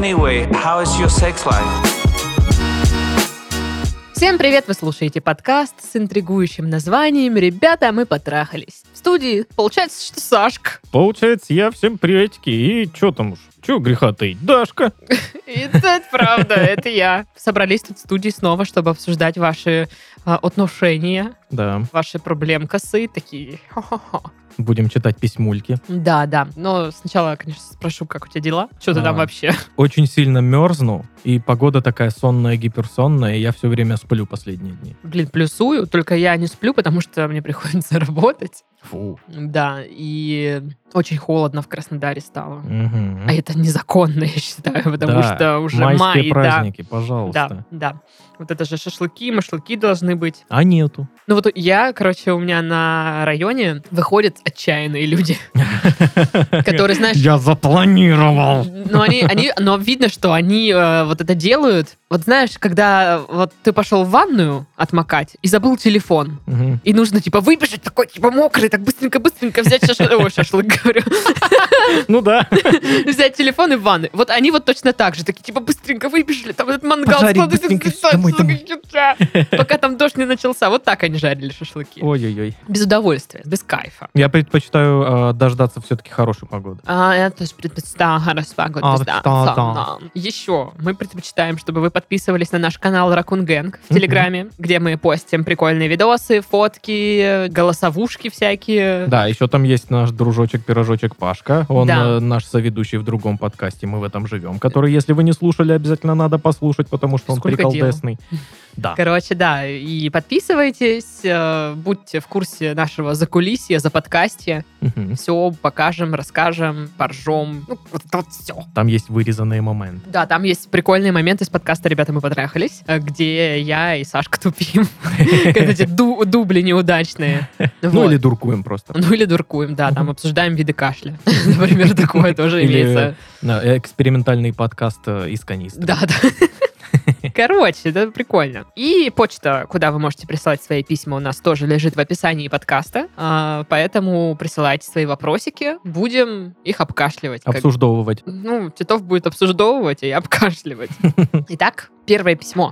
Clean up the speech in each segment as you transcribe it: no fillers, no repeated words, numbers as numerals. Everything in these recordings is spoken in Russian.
Anyway, how is your sex life? Всем привет! Вы слушаете подкаст с интригующим названием «Ребята, мы потрахались». В студии получается, что Сашка. Получается, я всем приветики. И что там уж? Чего греха таить? Дашка. Это правда, это я. Собрались тут в студии снова, чтобы обсуждать ваши отношения, Да. ваши проблемкасы такие. Хо-хо-хо. Будем читать письмульки. Да. Но сначала, конечно, спрошу, как у тебя дела? Что ты там вообще? Очень сильно мерзну, и погода такая сонная, гиперсонная, и я все время сплю последние дни. Блин, плюсую, только я не сплю, потому что мне приходится работать. Фу. Да, и очень холодно в Краснодаре стало. Мгм. А это незаконно, я считаю, потому Да, что уже майские май, да. праздники, пожалуйста. Да. Вот это же шашлыки, машлыки должны быть. А нету. Ну вот я, у меня на районе выходят отчаянные люди, которые, знаешь... Я запланировал. Но видно, что они вот это делают. Вот знаешь, когда вот ты пошел в ванную отмокать и забыл телефон, Мгм. и нужно, выбежать такой, мокрый, так быстренько взять шашлык, говорю. Ну да. Взять телефон и в ванной. Вот они вот точно так же, такие, быстренько выбежали, там этот мангал Пожарить складывают, быстренько, пока там дождь не начался. Вот так они жарили шашлыки. Ой-ой-ой. Без удовольствия, без кайфа. Я предпочитаю дождаться все-таки хорошей погоды. Я тоже предпочитаю хорошую погоду. Да. Еще мы предпочитаем, чтобы вы подписывались на наш канал Raccoon Gang в Телеграме, где мы постим прикольные видосы, фотки, голосовушки всякие. Да, еще там есть наш дружочек-пирожочек Пашка. Он Да. наш соведущий в другом подкасте «Мы в этом живем», который, если вы не слушали, обязательно надо послушать, потому что он Сколько приколдесный. Да. Короче, да, и подписывайтесь, будьте в курсе нашего закулисья, заподкастья. Мгм. Все покажем, расскажем, поржем. Ну, вот это вот все. Там есть вырезанные моменты. Да, там есть прикольный момент из подкаста «Ребята, мы потрахались», где я и Сашка тупим. Как эти дубли неудачные. Ну Вот. или дуркуем просто. Ну или дуркуем, да, там обсуждаем виды кашля. Например, такое тоже имеется. Или экспериментальный подкаст из канистры. Да. Короче, это прикольно. И почта, куда вы можете присылать свои письма, у нас тоже лежит в описании подкаста. Поэтому присылайте свои вопросики, будем их обкашливать. Обсуждовывать. Ну, Титов будет обсуждовывать, а я обкашливать. Итак, первое письмо.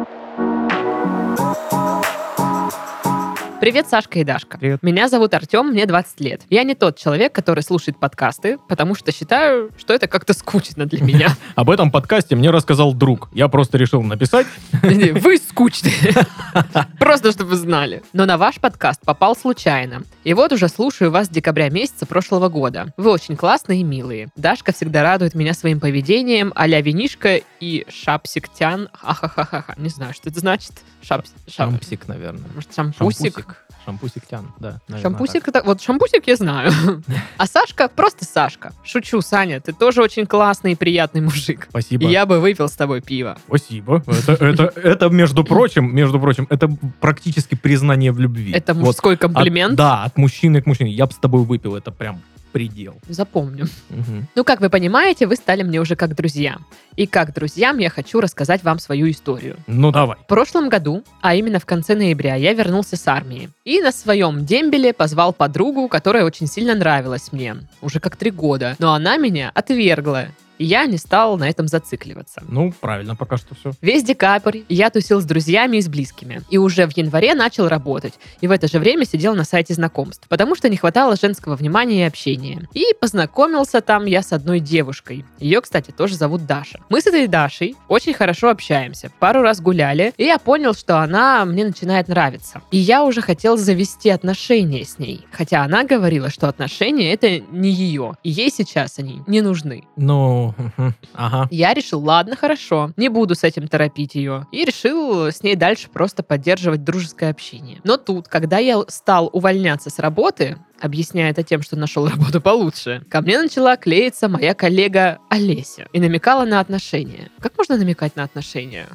Привет, Сашка и Дашка. Привет. Меня зовут Артем, мне 20 лет. Я не тот человек, который слушает подкасты, потому что считаю, что это как-то скучно для меня. Об этом подкасте мне рассказал друг. Я просто решил написать. Вы скучные. Просто, чтобы вы знали. Но на ваш подкаст попал случайно. И вот уже слушаю вас с декабря месяца прошлого года. Вы очень классные и милые. Дашка всегда радует меня своим поведением а-ля винишка и шапсиктян. Ахахахаха. Не знаю, что это значит. Шампусик, наверное. Может, шампусик? Шампусик-тян, да. наверное, Шампусик, вот шампусик я знаю. А Сашка просто Сашка. Шучу, Саня, ты тоже очень классный и приятный мужик. Спасибо. И я бы выпил с тобой пиво. Спасибо. Это, между прочим, это практически признание в любви. Это Вот мужской комплимент. Да, от мужчины к мужчине. Я бы с тобой выпил, это прям предел. Запомню. Мгм. Ну, как вы понимаете, вы стали мне уже как друзья. И как друзьям я хочу рассказать вам свою историю. Ну, давай. В прошлом году, а именно в конце ноября, я вернулся с армии. И на своем дембеле позвал подругу, которая очень сильно нравилась мне. Уже как 3 года. Но она меня отвергла. И я не стал на этом зацикливаться. Ну, правильно, пока что все. Весь декабрь я тусил с друзьями и с близкими. И уже в январе начал работать. И в это же время сидел на сайте знакомств. Потому что не хватало женского внимания и общения. И познакомился там я с одной девушкой. Ее, кстати, тоже зовут Даша. Мы с этой Дашей очень хорошо общаемся. Пару раз гуляли. И я понял, что она мне начинает нравиться. И я уже хотел завести отношения с ней. Хотя она говорила, что отношения это не ее. И ей сейчас они не нужны. Ну, ага. Я решил, ладно, хорошо, не буду с этим торопить ее. И решил с ней дальше просто поддерживать дружеское общение. Но тут, когда я стал увольняться с работы, объясняя это тем, что нашел работу получше, ко мне начала клеиться моя коллега Олеся и намекала на отношения. Как можно намекать на отношения?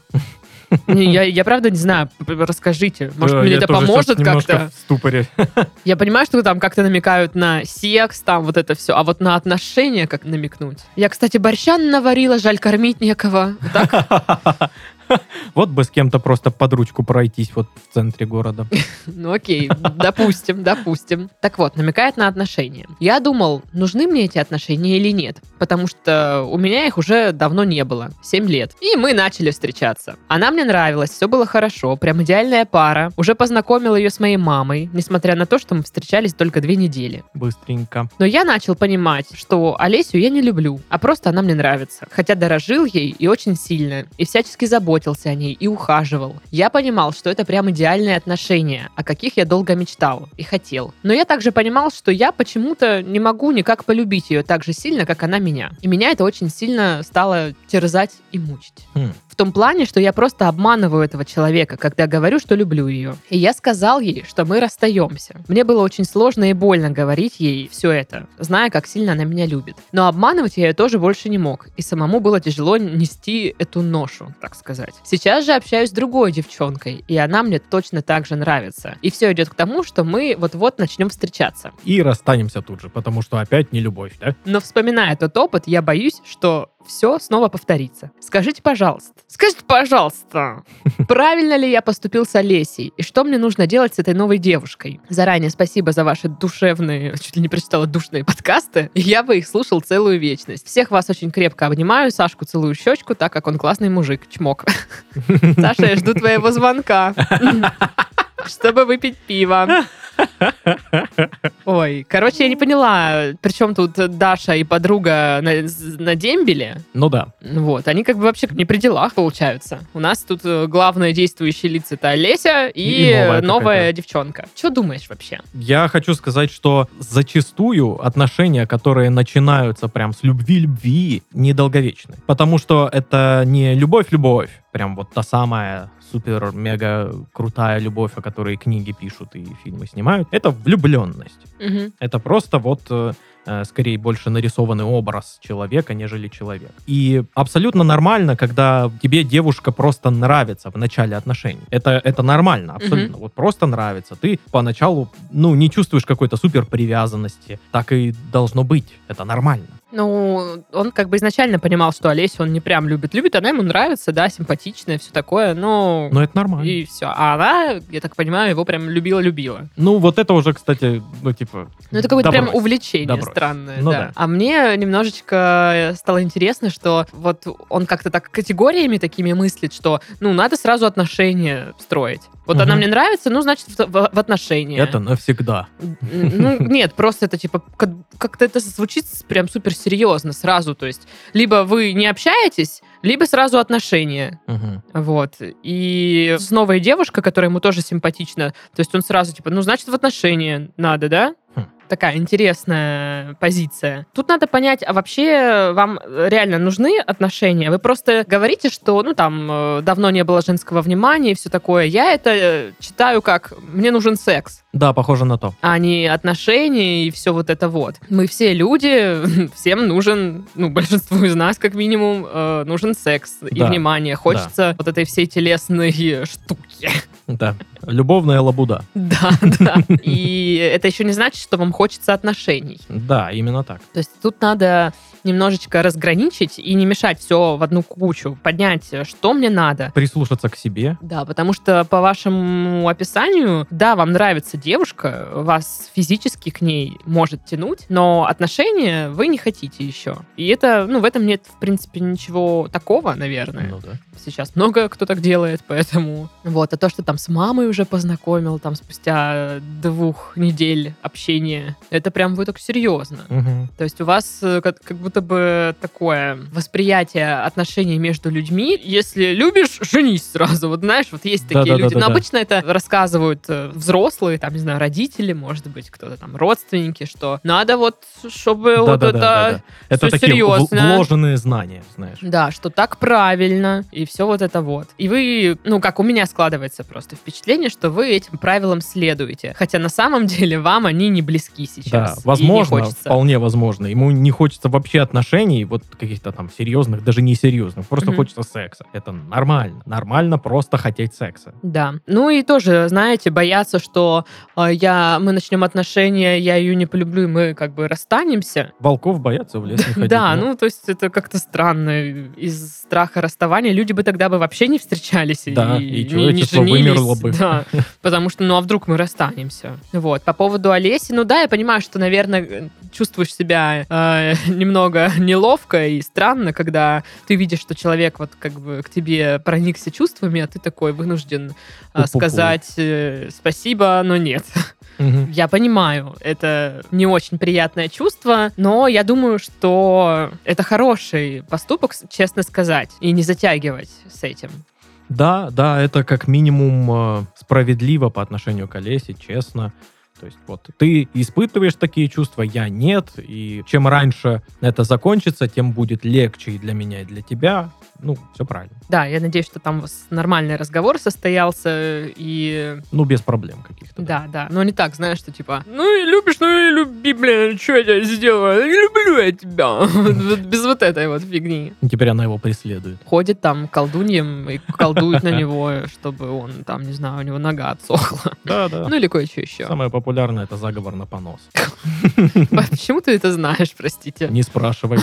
Я правда не знаю, расскажите. Может, мне это поможет как-то? В ступоре. Я понимаю, что там как-то намекают на секс, там вот это все, а вот на отношения как намекнуть? Я, кстати, борща наварила, жаль, кормить некого. Вот так? Вот бы с кем-то просто под ручку пройтись вот в центре города. Ну окей, допустим. Так вот, намекает на отношения. Я думал, нужны мне эти отношения или нет, потому что у меня их уже давно не было, 7 лет. И мы начали встречаться. Она мне нравилась, все было хорошо, прям идеальная пара. Уже познакомил ее с моей мамой, несмотря на то, что мы встречались только 2 недели. Быстренько. Но я начал понимать, что Олесю я не люблю, а просто она мне нравится. Хотя дорожил ей и очень сильно, и всячески заботился о ней, и ухаживал. Я понимал, что это прям идеальные отношения, о каких я долго мечтал и хотел. Но я также понимал, что я почему-то не могу никак полюбить ее так же сильно, как она меня. И меня это очень сильно стало терзать и мучить. В том плане, что я просто обманываю этого человека, когда говорю, что люблю ее. И я сказал ей, что мы расстаемся. Мне было очень сложно и больно говорить ей все это, зная, как сильно она меня любит. Но обманывать я ее тоже больше не мог. И самому было тяжело нести эту ношу, так сказать. Сейчас же общаюсь с другой девчонкой, и она мне точно так же нравится. И все идет к тому, что мы вот-вот начнем встречаться. И расстанемся тут же, потому что опять не любовь, да? Но вспоминая тот опыт, я боюсь, что все снова повторится. Скажите, пожалуйста, правильно ли я поступил с Олесей? И что мне нужно делать с этой новой девушкой? Заранее спасибо за ваши душевные, чуть ли не прочитала душные подкасты. Я бы их слушал целую вечность. Всех вас очень крепко обнимаю. Сашку целую в щечку, так как он классный мужик. Чмок. Саша, я жду твоего звонка, чтобы выпить пиво. Ой, короче, я не поняла, при чем тут Даша и подруга на дембеле. Ну да. Вот, они как бы вообще не при делах получаются. У нас тут главные действующие лица — это Олеся и новая девчонка. Что думаешь вообще? Я хочу сказать, что зачастую отношения, которые начинаются прям с любви, недолговечны. Потому что это не любовь, прям вот та самая супер-мега крутая любовь, о которой книги пишут и фильмы снимают. Это влюбленность. Угу. Это просто вот скорее больше нарисованный образ человека, нежели человек. И абсолютно нормально, когда тебе девушка просто нравится в начале отношений. Это нормально, абсолютно. Вот просто нравится. Ты поначалу, не чувствуешь какой-то супер привязанности. Так и должно быть. Это нормально. Ну, он как бы изначально понимал, что Олесю он не прям любит. Любит, она ему нравится, да, симпатичная, все такое, но это нормально. И все. А она, я так понимаю, его прям любила-любила. Вот это уже, кстати, это какое-то прям увлечение странное, да. А мне немножечко стало интересно, что вот он как-то так категориями такими мыслит, что, надо сразу отношения строить. Вот она мне нравится, значит, в отношения. Это навсегда. Нет, просто это типа, как-то это звучит прям супер серьезно сразу. То есть, либо вы не общаетесь, либо сразу отношения. Вот. И с новой девушкой, которая ему тоже симпатична, то есть он сразу типа, значит, в отношения надо, да? Такая интересная позиция. Тут надо понять, а вообще вам реально нужны отношения? Вы просто говорите, что, давно не было женского внимания и все такое. Я это читаю как «мне нужен секс». Да, похоже на то. А не отношения и все вот это вот. Мы все люди, всем нужен, большинству из нас, как минимум, нужен секс и внимание. Хочется вот этой всей телесной штуки. Да, любовная лабуда. Да. И это еще не значит, что вам хочется отношений. Да, именно так. То есть тут надо немножечко разграничить и не мешать все в одну кучу, поднять, что мне надо. Прислушаться к себе. Да, потому что по вашему описанию, да, вам нравится девушка, вас физически к ней может тянуть, но отношения вы не хотите еще. И это, в этом нет, в принципе, ничего такого, наверное. Ну да. Сейчас много кто так делает, поэтому... Вот, а то, что там с мамой уже познакомил, там спустя 2 недель общения, это прям вы так серьезно. Угу. То есть у вас как будто бы такое восприятие отношений между людьми. Если любишь, женись сразу. Вот знаешь, вот есть такие люди. Но обычно это рассказывают взрослые, там, не знаю, родители, может быть, кто-то там, родственники, что надо вот, чтобы это такие серьезно. Вложенные знания, знаешь. Да, что так правильно, и все вот это вот. И вы, как у меня складывается просто впечатление, впечатление, что вы этим правилам следуете. Хотя на самом деле вам они не близки Да, сейчас. возможно, вполне возможно. Ему не хочется вообще отношений, вот каких-то там серьезных, даже не серьезных. Просто хочется секса. Это нормально. Нормально просто хотеть секса. Да. Ну и тоже, знаете, бояться, что мы начнем отношения, я ее не полюблю, и мы как бы расстанемся. Волков боятся в лес не ходить. Да, ну то есть это как-то странно. Из страха расставания люди бы тогда бы вообще не встречались. Да, и человечество не женились. вымерло бы. Да, потому что, а вдруг мы расстанемся? Вот. По поводу Олеси, я понимаю, что, наверное, чувствуешь себя немного неловко и странно, когда ты видишь, что человек вот как бы к тебе проникся чувствами, а ты такой вынужден сказать спасибо, но нет. Я понимаю, это не очень приятное чувство, но я думаю, что это хороший поступок, честно сказать, и не затягивать с этим. Да, это как минимум справедливо по отношению к Олесе, честно. То есть вот ты испытываешь такие чувства, я нет, и чем раньше это закончится, тем будет легче и для меня, и для тебя. Все правильно. Да, я надеюсь, что там у вас нормальный разговор состоялся, и... без проблем каких-то. Да. Но не так, знаешь, что типа, и любишь, и люби, блин, что я тебе сделаю? Люблю я тебя. Без вот этой вот фигни. И теперь она его преследует. Ходит там колдуньям и колдует на него, чтобы он там, не знаю, у него нога отсохла. Да. Или кое-что еще. Самое популярное — это заговор на понос. Почему ты это знаешь, простите? Не спрашивай.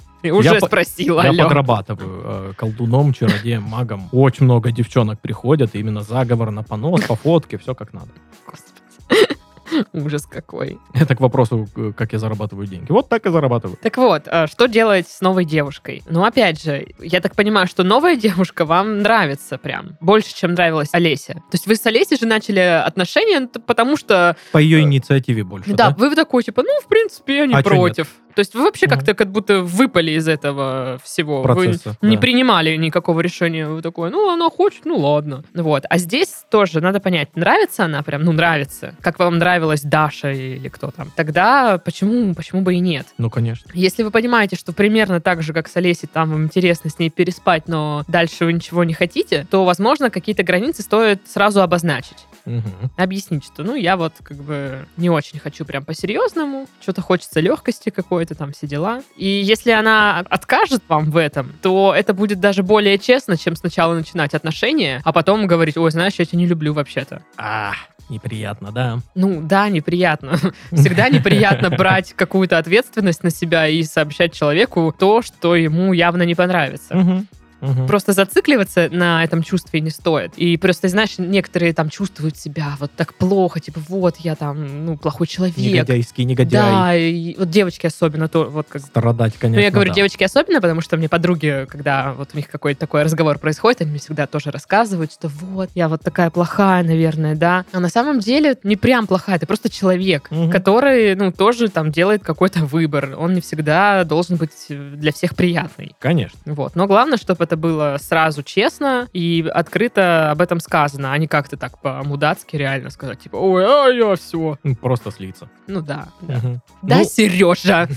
Уже спросила. Я подрабатываю колдуном, чародеем, магом. Очень много девчонок приходят, и именно заговор на понос, по фотке, все как надо. Господи. Ужас какой. Это к вопросу, как я зарабатываю деньги. Вот так и зарабатываю. Так вот, что делать с новой девушкой? Опять же, я так понимаю, что новая девушка вам нравится прям. Больше, чем нравилась Олеся. То есть вы с Олесей же начали отношения, потому что... По ее инициативе больше, да? Вы такой, типа, в принципе, я не против. То есть вы вообще как-то как будто выпали из этого всего. Процесса, вы не принимали никакого решения. Вы такой, она хочет, ладно. Вот. А здесь тоже надо понять, нравится она прям, нравится. Как вам нравилась Даша или кто там. Тогда почему бы и нет? Конечно. Если вы понимаете, что примерно так же, как с Олесей, там вам интересно с ней переспать, но дальше вы ничего не хотите, то, возможно, какие-то границы стоит сразу обозначить. Объяснить, что, я вот как бы не очень хочу прям по-серьезному, что-то хочется легкости какой-то, там все дела. И если она откажет вам в этом, то это будет даже более честно, чем сначала начинать отношения, а потом говорить, ой, знаешь, я тебя не люблю вообще-то. Неприятно, да. Да, неприятно. Всегда неприятно брать какую-то ответственность на себя и сообщать человеку то, что ему явно не понравится. Просто зацикливаться на этом чувстве не стоит. И просто, знаешь, некоторые там чувствуют себя вот так плохо, типа, вот я там, плохой человек. Негодяйский негодяй. Да, и вот девочки особенно то, вот как... Страдать, конечно, я говорю, девочки особенно, потому что мне подруги, когда вот у них какой-то такой разговор происходит, они мне всегда тоже рассказывают, что вот, я вот такая плохая, наверное, да. А на самом деле не прям плохая, ты просто человек, который, тоже там делает какой-то выбор. Он не всегда должен быть для всех приятный. Конечно. Вот. Но главное, чтобы это было сразу честно и открыто об этом сказано, а не как-то так по-мудацки реально сказать, типа, ой, я все. Просто слиться. Да. Да, Сережа.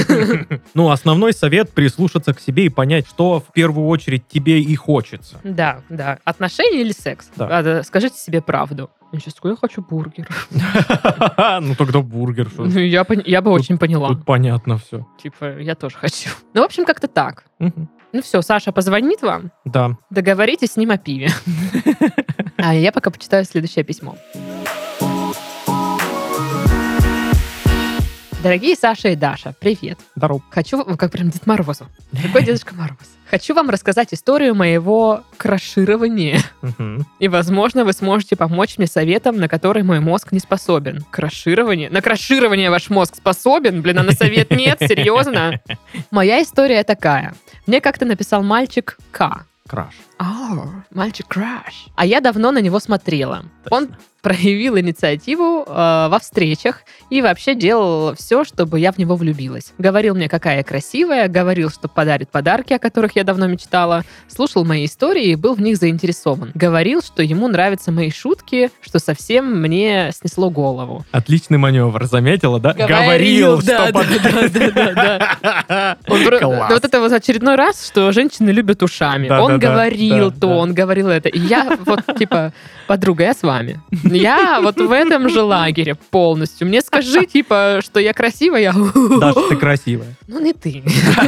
Основной совет — прислушаться к себе и понять, что в первую очередь тебе и хочется. Да. Отношения или секс? Да. Скажите себе правду. Я сейчас такой, я хочу бургер. Тогда бургер. Я бы очень поняла. Тут понятно все. Типа, я тоже хочу. В общем, как-то так. Все, Саша позвонит вам. Да. Договоритесь с ним о пиве. А я пока почитаю следующее письмо. Дорогие Саша и Даша, привет. Здорово. Хочу, как прям Дед Морозу. Какой Дедушка Мороз. Хочу вам рассказать историю моего краширования. И, возможно, вы сможете помочь мне советом, на который мой мозг не способен. Краширование? На краширование ваш мозг способен? Блин, а на совет нет? Серьезно? Моя история такая. Мне как-то написал мальчик К. Краш. Мальчик Краш. А я давно на него смотрела. Он проявил инициативу во встречах и вообще делал все, чтобы я в него влюбилась. Говорил мне, какая я красивая, говорил, что подарит подарки, о которых я давно мечтала, слушал мои истории и был в них заинтересован. Говорил, что ему нравятся мои шутки, что совсем мне снесло голову. Отличный маневр, заметила, да? Говорил, что да. Вот это вот очередной раз, что женщины любят ушами. Он говорил то, он говорил это. И я вот, типа, подруга, я с вами. Я вот в этом же лагере полностью. Мне скажи, типа, что я красивая. Даша, ты красивая. Ну, не ты.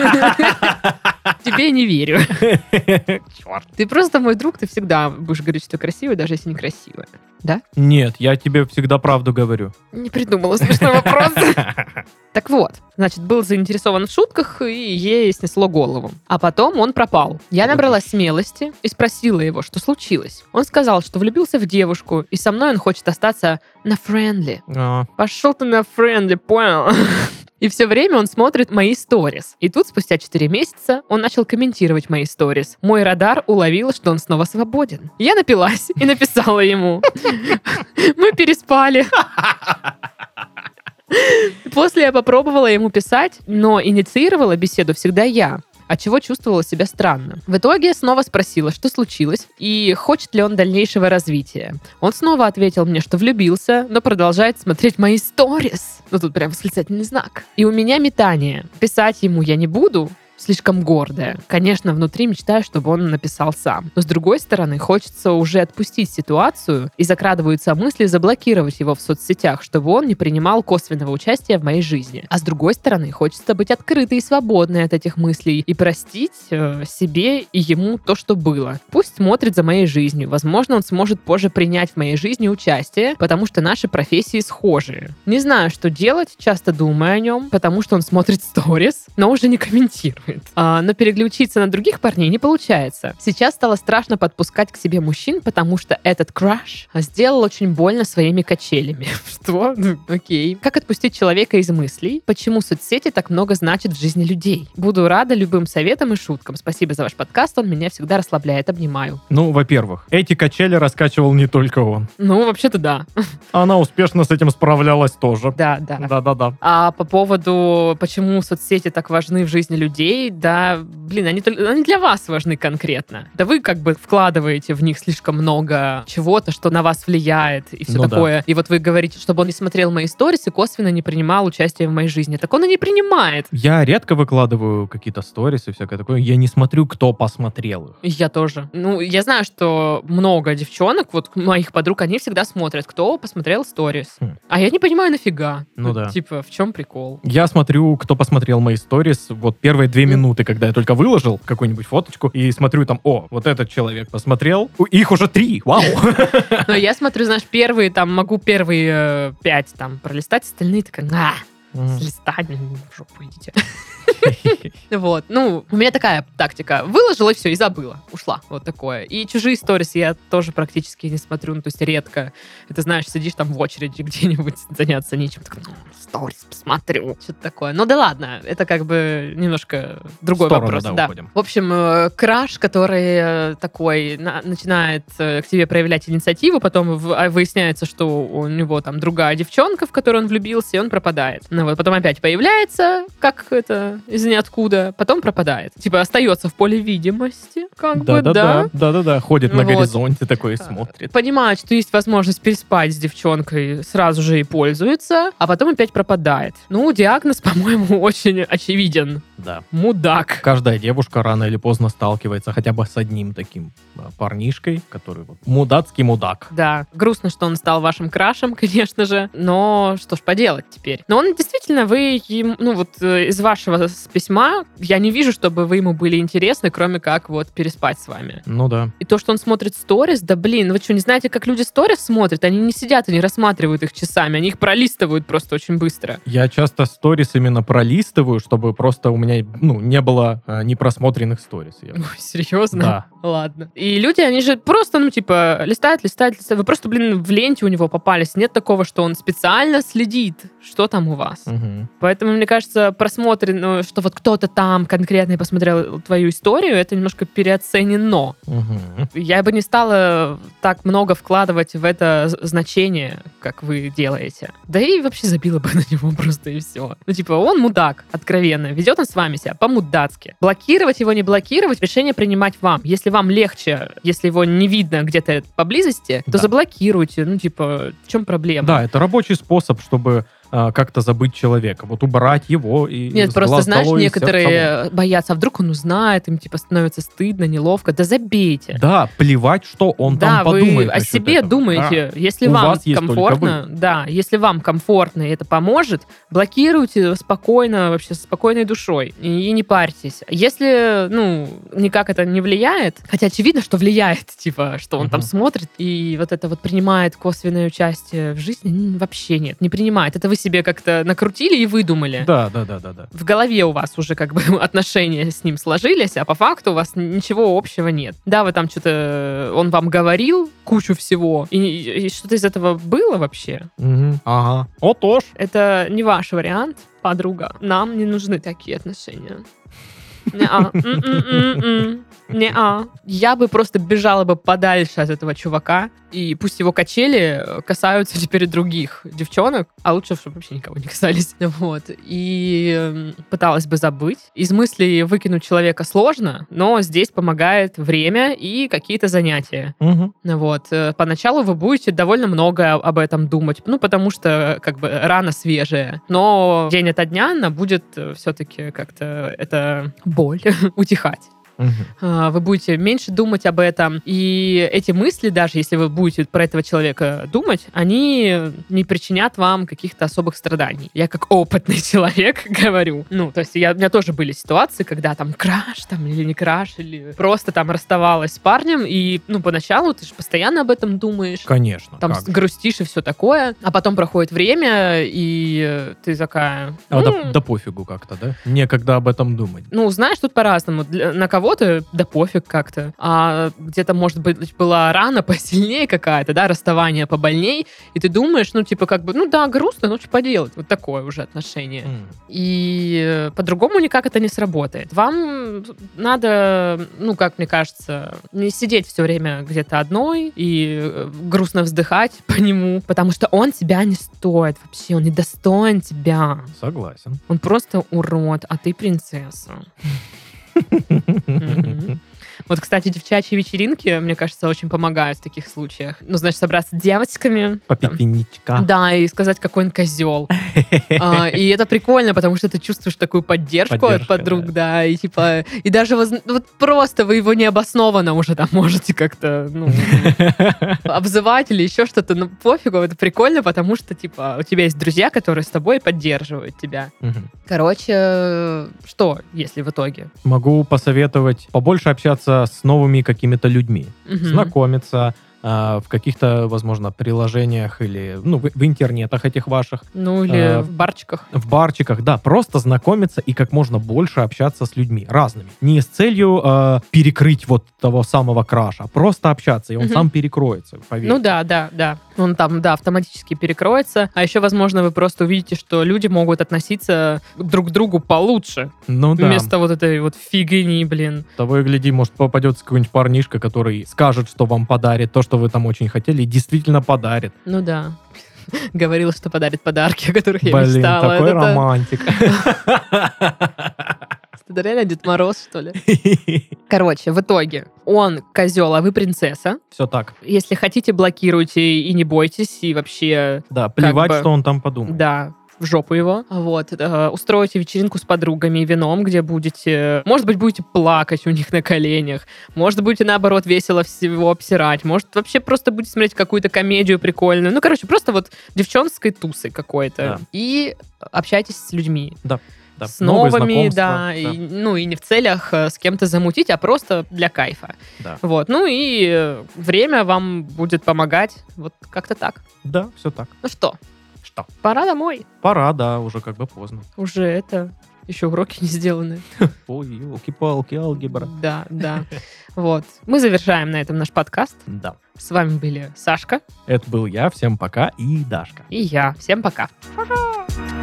Тебе не верю. Черт. Ты просто мой друг, ты всегда будешь говорить, что красивая, даже если не красивая. Да? Нет, я тебе всегда правду говорю. Не придумала смешной вопрос. Так вот, значит, был заинтересован в шутках, и ей снесло голову. А потом он пропал. Я набралась смелости и спросила его, что случилось. Он сказал, что влюбился в девушку, и со мной он хочет остаться на френдли. Пошел ты на френдли, понял? И все время он смотрит мои сторис. И тут, спустя 4 месяца, он начал комментировать мои сторис. Мой радар уловил, что он снова свободен. Я напилась и написала ему. Мы переспали. После я попробовала ему писать, но инициировала беседу всегда я, отчего чувствовала себя странно. В итоге снова спросила, что случилось и хочет ли он дальнейшего развития. Он снова ответил мне, что влюбился, но продолжает смотреть мои сторис. Ну тут прям восклицательный знак. И у меня метание. Писать ему я не буду, слишком гордая. Конечно, внутри мечтаю, чтобы он написал сам. Но с другой стороны, хочется уже отпустить ситуацию, и закрадываются мысли заблокировать его в соцсетях, чтобы он не принимал косвенного участия в моей жизни. А с другой стороны, хочется быть открытой и свободной от этих мыслей и простить себе и ему то, что было. Пусть смотрит за моей жизнью. Возможно, он сможет позже принять в моей жизни участие, потому что наши профессии схожие. Не знаю, что делать, часто думаю о нем, потому что он смотрит сторис, но уже не комментирует. Но переключиться на других парней не получается. Сейчас стало страшно подпускать к себе мужчин, потому что этот краш сделал очень больно своими качелями. Что? Окей. Как отпустить человека из мыслей? Почему соцсети так много значат в жизни людей? Буду рада любым советам и шуткам. Спасибо за ваш подкаст, он меня всегда расслабляет. Обнимаю. Ну, во-первых, эти качели раскачивал не только он. Ну, вообще-то да. Она успешно с этим справлялась тоже. Да. Да. А по поводу, почему соцсети так важны в жизни людей, да, блин, они для вас важны конкретно. Да вы как бы вкладываете в них слишком много чего-то, что на вас влияет и все такое. Да. И вот вы говорите, чтобы он не смотрел мои сторис и косвенно не принимал участие в моей жизни. Так он и не принимает. Я редко выкладываю какие-то сторис и всякое такое. Я не смотрю, кто посмотрел их. Я тоже. Ну, я знаю, что много девчонок, вот моих подруг, они всегда смотрят, кто посмотрел сторис. А я не понимаю, нафига. Ну да. Типа, в чем прикол? Я смотрю, кто посмотрел мои сторис, вот первые 2 минуты, когда я только выложил какую-нибудь фоточку, и смотрю там, вот этот человек посмотрел. Их уже 3, вау! Но я смотрю, знаешь, могу первые 5 там пролистать, остальные такая, слистать, в жопу идите. Вот. Ну, у меня такая тактика. Выложила и все, и забыла. Ушла. Вот такое. И чужие сторис я тоже практически не смотрю, ну, то есть редко. Это, знаешь, сидишь там в очереди где-нибудь заняться нечем. Такой, сторис посмотрю. Что-то такое. Ну да ладно, это как бы немножко другой вопрос. Да. В общем, краш, который такой начинает к тебе проявлять инициативу, потом выясняется, что у него там другая девчонка, в которую он влюбился, и он пропадает. Ну вот, потом опять появляется, как это, из ниоткуда, потом пропадает. Типа остается в поле видимости, как бы, да. Да. Ходит на горизонте такой и смотрит. Понимает, что есть возможность переспать с девчонкой, сразу же и пользуется, а потом опять пропадает. Ну, диагноз, по-моему, очень очевиден. Да. Мудак. Каждая девушка рано или поздно сталкивается хотя бы с одним таким парнишкой, который вот мудацкий мудак. Да. Грустно, что он стал вашим крашем, конечно же, но что ж поделать теперь. Но он действительно, вы ему, ну вот из вашего письма я не вижу, чтобы вы ему были интересны, кроме как вот переспать с вами. Ну да. И то, что он смотрит сторис, да блин, вы что, не знаете, как люди сторис смотрят? Они не сидят и не рассматривают их часами, они их пролистывают просто очень быстро. Я часто сторис именно пролистываю, чтобы просто у меня, не было непросмотренных сторис. Ой, серьезно? Да. Ладно. И люди, они же просто, листают. Вы просто, в ленте у него попались. Нет такого, что он специально следит, что там у вас. Угу. Поэтому, мне кажется, просмотренную думаю, что вот кто-то там конкретный посмотрел твою историю, это немножко переоценено. Мгм. Я бы не стала так много вкладывать в это значение, как вы делаете. Да и вообще забила бы на него просто и все. Ну, типа, он мудак, откровенно. Ведет он с вами себя по-мудацки. Блокировать его, не блокировать, решение принимать вам. Если вам легче, если его не видно где-то поблизости, то Да. заблокируйте. Ну, типа, в чем проблема? Да, это рабочий способ, чтобы как-то забыть человека. Вот убрать его и Нет, с просто, глаз знаешь, долой, из сердца вон. некоторые боятся, а вдруг он узнает, им, типа, становится стыдно, неловко. Да забейте. Да, плевать, что он Да, там подумает. вы о насчет себе этого. думаете. Если У вам вас есть только комфортно, да, если вам комфортно и это поможет, блокируйте спокойно, вообще с спокойной душой и не парьтесь. Если, ну, никак это не влияет, хотя очевидно, что влияет, типа, что он там Мгм. смотрит и вот это вот принимает косвенное участие в жизни, вообще нет, не принимает. Это вы себе как-то накрутили и выдумали. Да. В голове у вас уже как бы отношения с ним сложились, а по факту у вас ничего общего нет. Да, вы там что-то... Он вам говорил кучу всего, и что-то из этого было вообще? Мгм. Ага. Отож. Это не ваш вариант, подруга. Нам не нужны такие отношения. Не-а. М-м-м-м. Не-а. Я бы просто бежала бы подальше от этого чувака, и пусть его качели касаются теперь других девчонок, а лучше, чтобы вообще никого не касались. Вот. И пыталась бы забыть. Из мыслей выкинуть человека сложно, но здесь помогает время и какие-то занятия. Мгм. Вот. Поначалу вы будете довольно много об этом думать, ну, потому что, как бы, рана свежая. Но день ото дня она будет все-таки как-то эта боль утихать. Мгм. Вы будете меньше думать об этом, и эти мысли, даже если вы будете про этого человека думать, они не причинят вам каких-то особых страданий. Я как опытный человек говорю. Ну, то есть у меня тоже были ситуации, когда там краш, там, или не краш, или просто там расставалась с парнем, и, ну, поначалу ты же постоянно об этом думаешь. Конечно. Там как же. грустишь и все такое, а потом проходит время, и ты такая... А да пофигу как-то, да? Некогда об этом думать. Ну, знаешь, тут по-разному. На кого-то да пофиг как-то. А где-то, может быть, была рана посильнее какая-то, да, расставание побольней, и ты думаешь, ну, типа, как бы, ну да, грустно, ну, что поделать. Вот такое уже отношение. М. И по-другому никак это не сработает. Вам надо, ну, как мне кажется, не сидеть все время где-то одной и грустно вздыхать по нему, потому что он тебя не стоит вообще, он не достоин тебя. Согласен. Он просто урод, а ты принцесса. Мгм. Вот, кстати, девчачьи вечеринки, мне кажется, очень помогают в таких случаях. Ну, значит, собраться с девочками. Попить там, винничка. Да, и сказать, какой он козел. И это прикольно, потому что ты чувствуешь такую поддержку от Поддержка, подруг, да, и типа, и даже вот просто вы его необоснованно уже там можете как-то, ну, обзывать или еще что-то, ну, пофигу, это прикольно, потому что, типа, у тебя есть друзья, которые с тобой поддерживают тебя. Мгм. Короче, что, если в итоге? Могу посоветовать побольше общаться с новыми какими-то людьми. Мгм. Знакомиться в каких-то, возможно, приложениях или в интернетах этих ваших, Ну, или в барчиках. в барчиках, да, просто знакомиться и как можно больше общаться с людьми разными. Не с целью перекрыть вот того самого краша, а просто общаться, и он Мгм. сам перекроется, поверь. Ну да. Он там, да, автоматически перекроется. А еще, возможно, вы просто увидите, что люди могут относиться друг к другу получше. Ну да, Вместо вот этой вот фигни, блин. того и гляди, может попадется какой-нибудь парнишка, который скажет, что вам подарит то, что вы там очень хотели, и действительно подарит. Ну да. Говорила, что подарит подарки, о которых я Блин, мечтала. такой Это романтик. это реально Дед Мороз, что ли? Короче, в итоге он козел, а вы принцесса. Все так. Если хотите, блокируйте и не бойтесь, и вообще, Да, плевать, бы- что он там подумает. да, в жопу его. Вот. Устройте вечеринку с подругами и вином, где будете... Может быть, будете плакать у них на коленях. Может, будете, наоборот, весело всего обсирать. Может, вообще просто будете смотреть какую-то комедию прикольную. Ну, короче, просто вот девчонской тусы какой-то. Да. И общайтесь с людьми. Да, С новые новыми, знакомства, да. И, ну, и не в целях с кем-то замутить, а просто для кайфа. да. Вот. Ну, и время вам будет помогать. Вот как-то так. Да, все так. Ну что, Что? пора домой. Пора, да, уже как бы поздно. Уже это... Еще уроки не сделаны. Ой, елки-палки, алгебра. Да. Вот. Мы завершаем на этом наш подкаст. Да. С вами были Сашка Это был я. Всем пока. И Дашка. и я. Всем пока. Пока.